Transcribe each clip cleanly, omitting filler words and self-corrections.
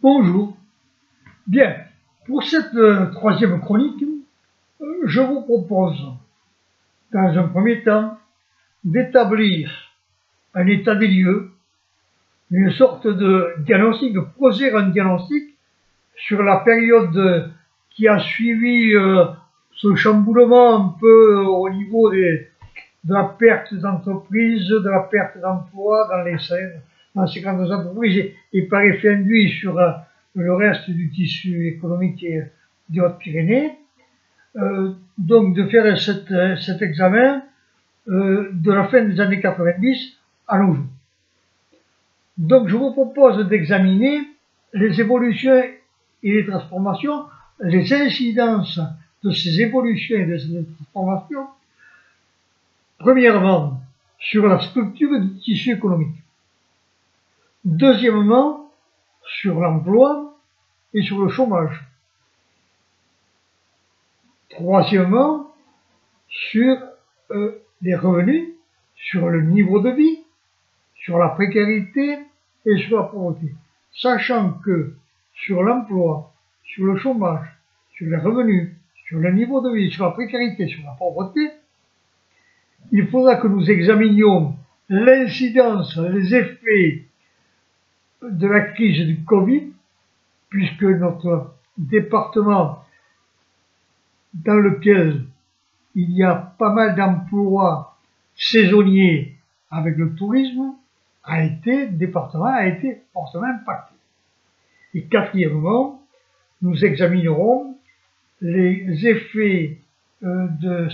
Bonjour. Bien, pour cette troisième chronique, je vous propose, dans un premier temps, d'établir un état des lieux, une sorte de diagnostic, de poser un diagnostic sur la période qui a suivi ce chamboulement un peu au niveau de la perte d'entreprise, de la perte d'emploi dans ces grandes entreprises et par effet induit sur le reste du tissu économique des Hautes-Pyrénées. Donc de faire cet examen de la fin des années 90 à nos jours. Donc je vous propose d'examiner les évolutions et les transformations, les incidences de ces évolutions et de ces transformations, premièrement, sur la structure du tissu économique. Deuxièmement, sur l'emploi et sur le chômage. Troisièmement, sur les revenus, sur le niveau de vie, sur la précarité et sur la pauvreté. Sachant que sur l'emploi, sur le chômage, sur les revenus, sur le niveau de vie, sur la précarité, sur la pauvreté, il faudra que nous examinions l'incidence, les effets de la crise du Covid, puisque notre département, dans lequel il y a pas mal d'emplois saisonniers avec le tourisme, a été fortement impacté. Et quatrièmement, nous examinerons les effets de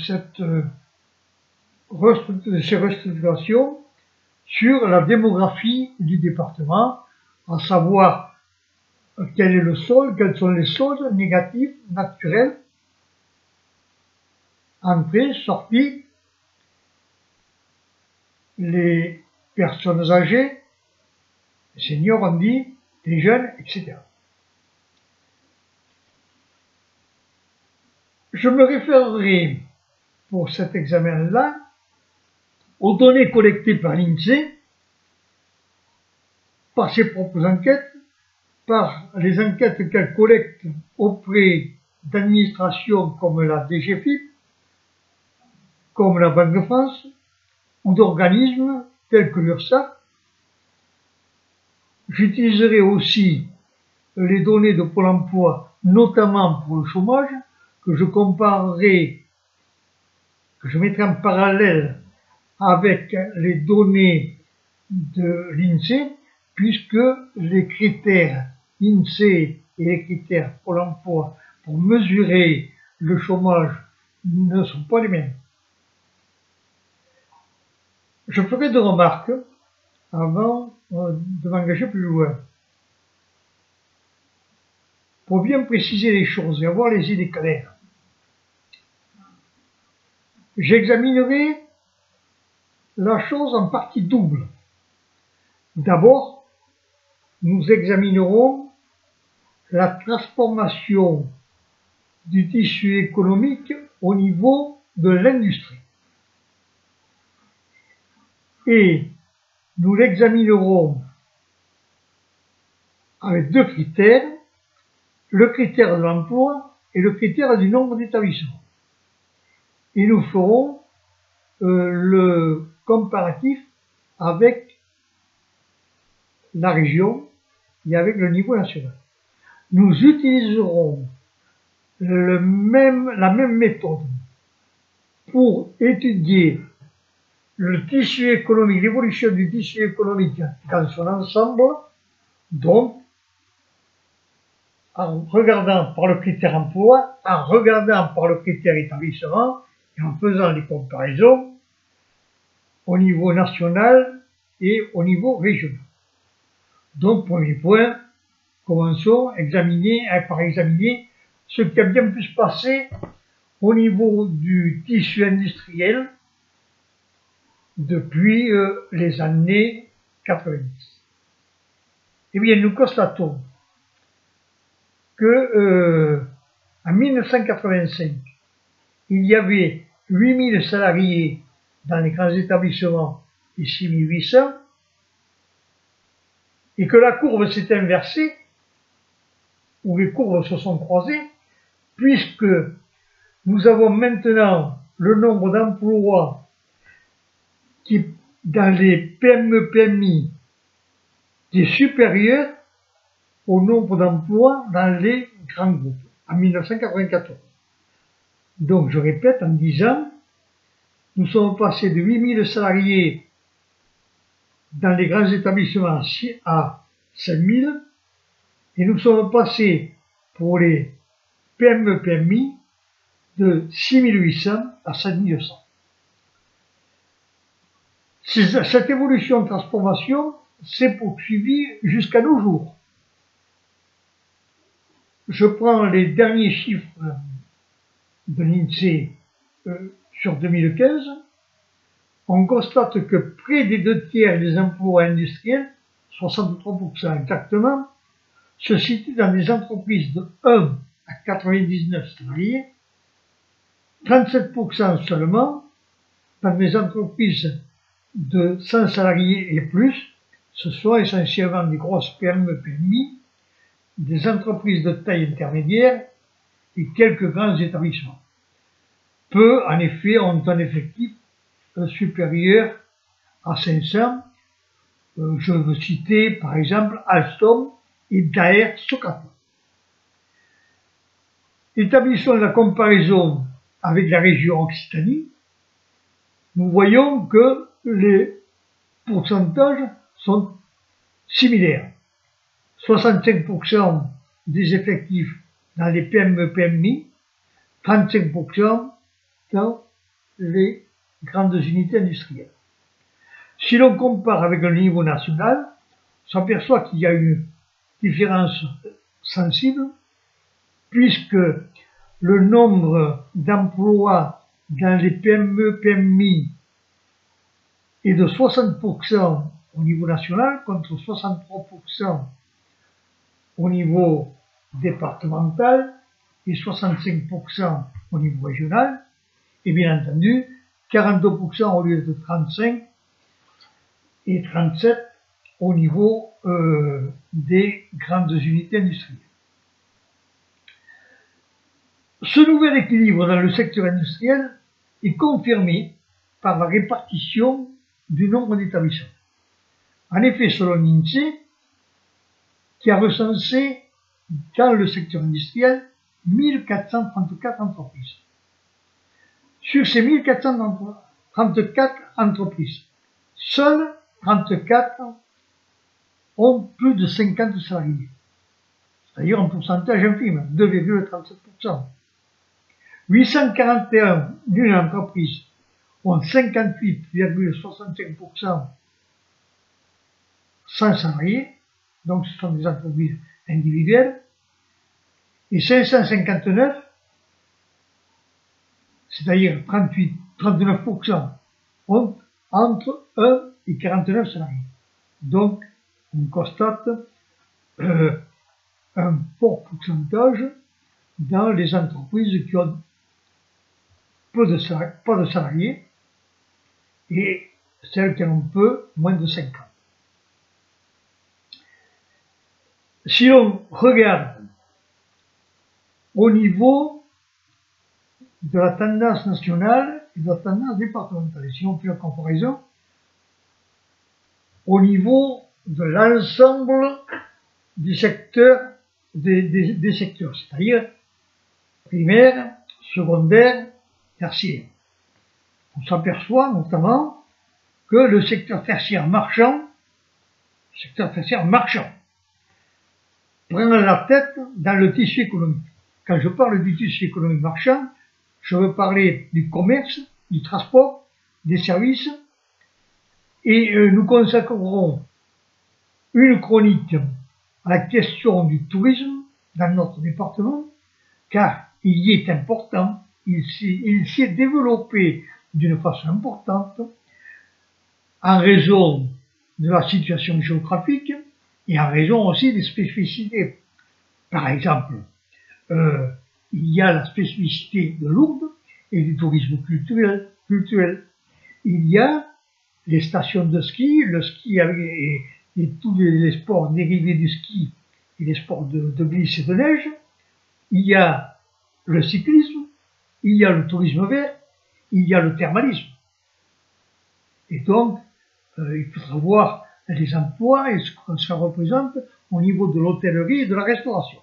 ces restructurations sur la démographie du département, à savoir quel est le solde, quels sont les soldes négatifs, naturels, entrées, sorties, les personnes âgées, les seniors on dit, les jeunes, etc. Je me référerai pour cet examen-là aux données collectées par l'INSEE, par ses propres enquêtes, par les enquêtes qu'elle collecte auprès d'administrations comme la DGFiP, comme la Banque de France, ou d'organismes tels que l'URSSAF. J'utiliserai aussi les données de Pôle emploi, notamment pour le chômage, que je comparerai, que je mettrai en parallèle avec les données de l'INSEE, puisque les critères INSEE et les critères Pôle emploi pour mesurer le chômage ne sont pas les mêmes. Je ferai deux remarques avant de m'engager plus loin. Pour bien préciser les choses et avoir les idées claires, j'examinerai la chose en partie double. D'abord, nous examinerons la transformation du tissu économique au niveau de l'industrie. Et nous l'examinerons avec deux critères, le critère de l'emploi et le critère du nombre d'établissements. Et nous ferons le comparatif avec la région et avec le niveau national. Nous utiliserons la même méthode pour étudier le tissu économique, l'évolution du tissu économique dans son ensemble, donc en regardant par le critère emploi, en regardant par le critère établissement et en faisant les comparaisons au niveau national et au niveau régional. Donc, premier point, commençons par examiner ce qui a bien pu se passer au niveau du tissu industriel depuis les années 90. Eh bien, nous constatons que en 1985, il y avait 8000 salariés dans les grands établissements et 6800, et que la courbe s'est inversée où les courbes se sont croisées, puisque nous avons maintenant le nombre d'emplois qui, dans les PME-PMI, qui est supérieur au nombre d'emplois dans les grands groupes, en 1994. Donc, je répète en disant, nous sommes passés de 8000 salariés dans les grands établissements à 5000, et nous sommes passés pour les PME-PMI de 6800 à 7200. Cette évolution de transformation s'est poursuivie jusqu'à nos jours. Je prends les derniers chiffres de l'INSEE sur 2015. On constate que près des 2/3 des emplois industriels, 63% exactement, se situent dans des entreprises de 1 à 99 salariés, 37% seulement dans des entreprises de 100 salariés et plus. Ce sont essentiellement des grosses PME-PMI, des entreprises de taille intermédiaire et quelques grands établissements. Peu, en effet, ont un effectif supérieur à 500. Je veux citer, par exemple, Alstom et Daher Socatra. Établissons la comparaison avec la région Occitanie. Nous voyons que les pourcentages sont similaires. 65% des effectifs dans les PME-PMI, 35% dans les grandes unités industrielles. Si l'on compare avec le niveau national, on s'aperçoit qu'il y a une différence sensible, puisque le nombre d'emplois dans les PME-PMI est de 60% au niveau national contre 63% au niveau départemental et 65% au niveau régional, et bien entendu 42% au lieu de 35 et 37 au niveau des grandes unités industrielles. Ce nouvel équilibre dans le secteur industriel est confirmé par la répartition du nombre d'établissements. En effet, selon l'INSEE, qui a recensé dans le secteur industriel 1434 entreprises. Sur ces 1434 entreprises, seules 34 ont plus de 50 salariés, c'est-à-dire un pourcentage infime, 2,37%. 841 d'une entreprise ont 58,65% sans salariés, donc ce sont des entreprises individuelles, et 559, c'est-à-dire 39%, ont entre 1 et 49 salariés. Donc, on constate un fort pourcentage dans les entreprises qui ont pas de salariés, et celles qui en ont peu, moins de 5 ans. Si l'on regarde au niveau de la tendance nationale et de la tendance départementale, si on fait la comparaison, au niveau de l'ensemble du secteur, des secteurs, c'est-à-dire primaire, secondaire, tertiaire. On s'aperçoit notamment que le secteur tertiaire marchand prend la tête dans le tissu économique. Quand je parle du tissu économique marchand, je veux parler du commerce, du transport, des services, et nous consacrerons une chronique à la question du tourisme dans notre département, car il y est important, il s'est développé d'une façon importante en raison de la situation géographique et en raison aussi des spécificités. Par exemple, il y a la spécificité de Lourdes et du tourisme culturel. Il y a les stations de ski, le ski et tous les sports dérivés du ski et les sports de glisse et de neige, il y a le cyclisme, il y a le tourisme vert, il y a le thermalisme. Et donc, il faudra voir les emplois et ce que ça représente au niveau de l'hôtellerie et de la restauration.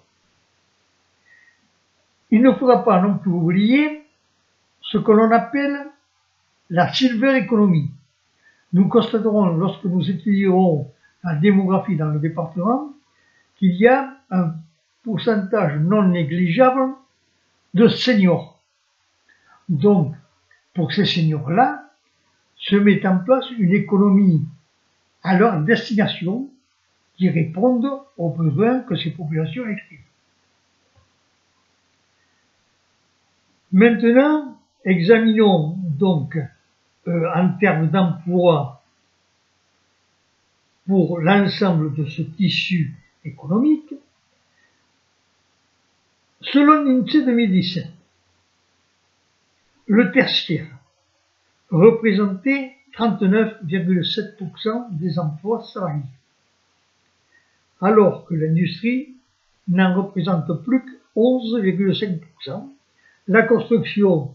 Il ne faudra pas non plus oublier ce que l'on appelle la silver economy. Nous constaterons, lorsque nous étudierons la démographie dans le département, qu'il y a un pourcentage non négligeable de seniors. Donc, pour ces seniors-là, se met en place une économie à leur destination qui répondent aux besoins que ces populations expriment. Maintenant, examinons donc en termes d'emploi pour l'ensemble de ce tissu économique. Selon l'INSEE 2017, le tertiaire représentait 39,7% des emplois salariés, alors que l'industrie n'en représente plus que 11,5%, la construction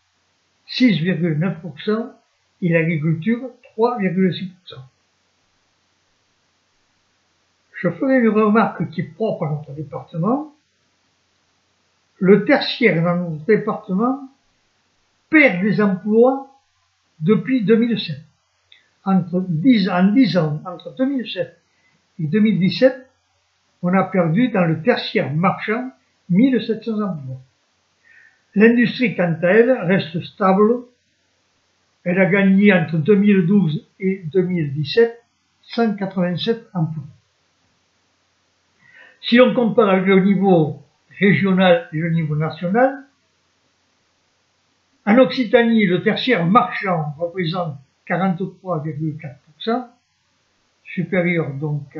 6,9% et l'agriculture 3,6%. Je ferai une remarque qui est propre à notre département. Le tertiaire dans notre département perd des emplois depuis 2007. En 10 ans, entre 2007 et 2017, on a perdu dans le tertiaire marchand 1700 emplois. L'industrie, quant à elle, reste stable. Elle a gagné entre 2012 et 2017 187 emplois. Si on compare avec le niveau régional et le niveau national, en Occitanie, le tertiaire marchand représente 43,4%, supérieur donc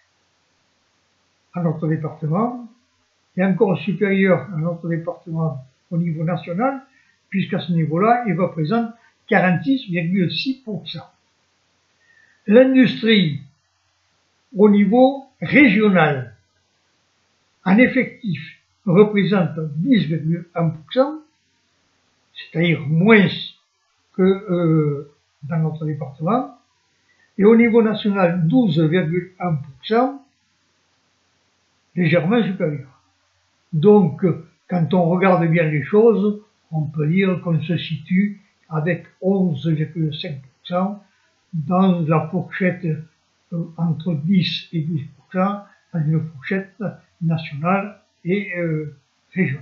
à notre département, et encore supérieur à notre département au niveau national, puisqu'à ce niveau-là, il représente 46,6%. L'industrie, au niveau régional, en effectif, représente 10,1%, c'est-à-dire moins que dans notre département, et au niveau national 12,1%, légèrement supérieur. Donc, quand on regarde bien les choses, on peut dire qu'on se situe avec 11,5% dans la fourchette entre 10 et 12%, dans une fourchette nationale et régionale.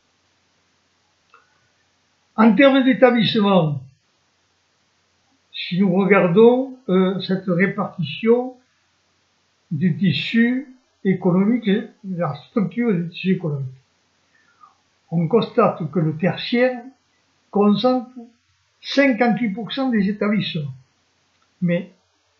En termes d'établissement, si nous regardons cette répartition du tissu économique et la structure du tissu économique, on constate que le tertiaire concentre 58% des établissements. Mais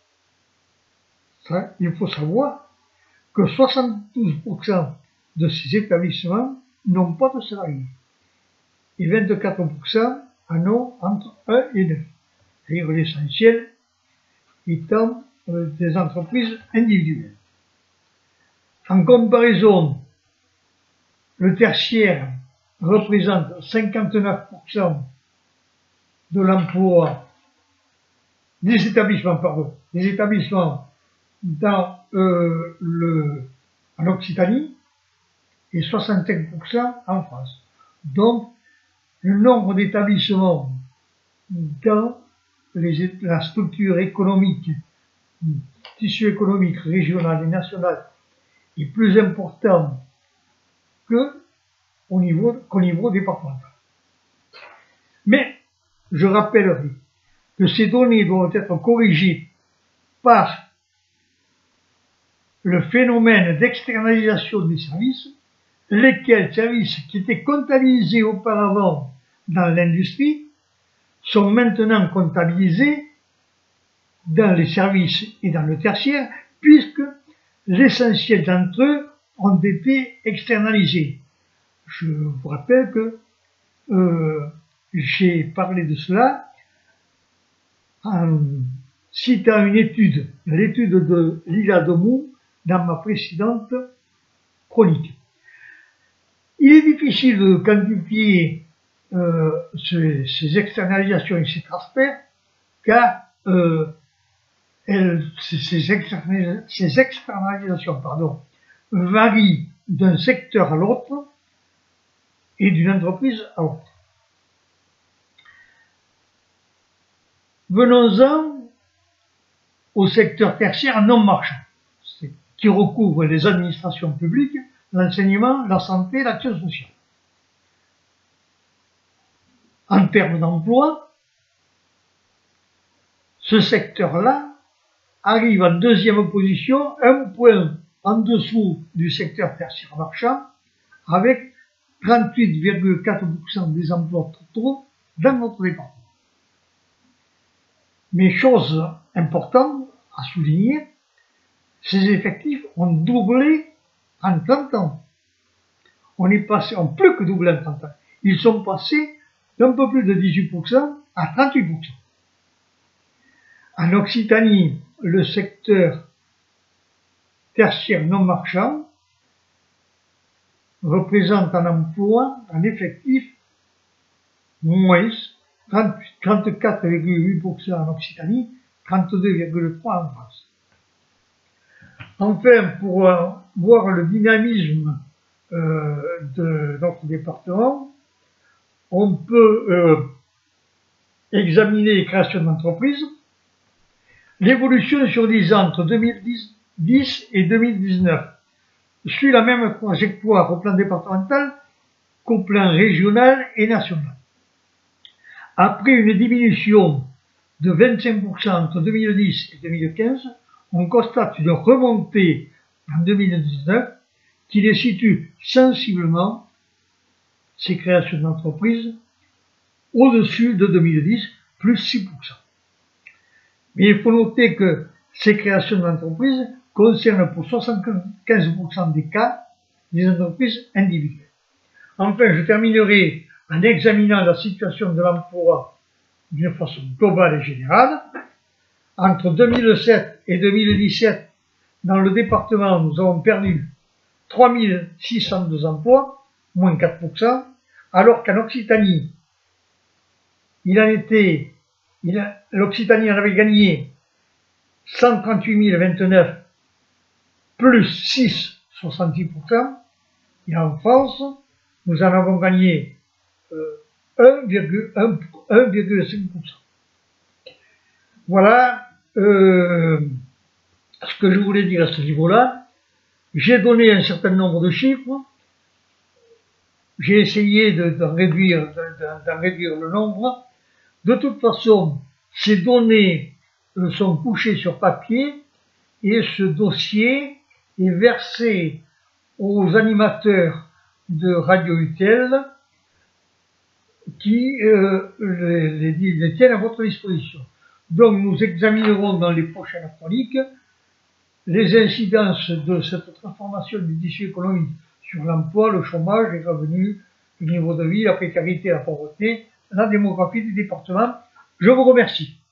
ça, il faut savoir que 72% de ces établissements n'ont pas de salariés et 24% en ont entre 1 et 9. C'est-à-dire l'essentiel étant des entreprises individuelles. En comparaison, le tertiaire représente 59% de l'emploi des établissements dans, en Occitanie et 65% en France. Donc, le nombre d'établissements dans la structure économique, tissu économique régional et national est plus important qu'au niveau départemental. Mais je rappellerai que ces données doivent être corrigées par le phénomène d'externalisation des services, lesquels services qui étaient comptabilisés auparavant dans l'industrie sont maintenant comptabilisés dans les services et dans le tertiaire, puisque l'essentiel d'entre eux ont été externalisés. Je vous rappelle que j'ai parlé de cela en citant une étude, l'étude de Lila Demou, dans ma précédente chronique. Il est difficile de quantifier ces externalisations et ces transferts, car ces externalisations varient d'un secteur à l'autre et d'une entreprise à l'autre. Venons-en au secteur tertiaire non marchand, qui recouvre les administrations publiques, l'enseignement, la santé, l'action sociale. En termes d'emploi, ce secteur-là arrive en deuxième position, un point en dessous du secteur tertiaire marchand, avec 38,4% des emplois totaux dans notre département. Mais chose importante à souligner, ces effectifs ont doublé en 30 ans. On est passé, ont plus que doublé en 30 ans. Ils sont passés d'un peu plus de 18% à 38%. En Occitanie, le secteur tertiaire non marchand représente un emploi, un effectif, moins 34,8% en Occitanie, 32,3% en France. Enfin, pour voir le dynamisme de notre département, on peut examiner les créations d'entreprises. L'évolution sur 10 ans entre 2010 et 2019 suit la même trajectoire au plan départemental qu'au plan régional et national. Après une diminution de 25% entre 2010 et 2015, on constate une remontée en 2019 qui les situe sensiblement, ces créations d'entreprises, au-dessus de 2010, plus 6%. Mais il faut noter que ces créations d'entreprises concernent pour 75% des cas des entreprises individuelles. Enfin, je terminerai en examinant la situation de l'emploi d'une façon globale et générale. Entre 2007 et 2017, dans le département, nous avons perdu 3602 emplois, moins 4%, alors qu'en Occitanie, l'Occitanie en avait gagné 138 029, plus 6,66%, et en France, nous en avons gagné 1,5%. Voilà ce que je voulais dire à ce niveau-là. J'ai donné un certain nombre de chiffres. J'ai essayé d'en réduire le nombre. De toute façon, ces données sont couchées sur papier et ce dossier est versé aux animateurs de Radio UTL qui les tiennent à votre disposition. Donc nous examinerons dans les prochaines chroniques les incidences de cette transformation du tissu économique sur l'emploi, le chômage, les revenus, le niveau de vie, la précarité, la pauvreté, la démographie du département. Je vous remercie.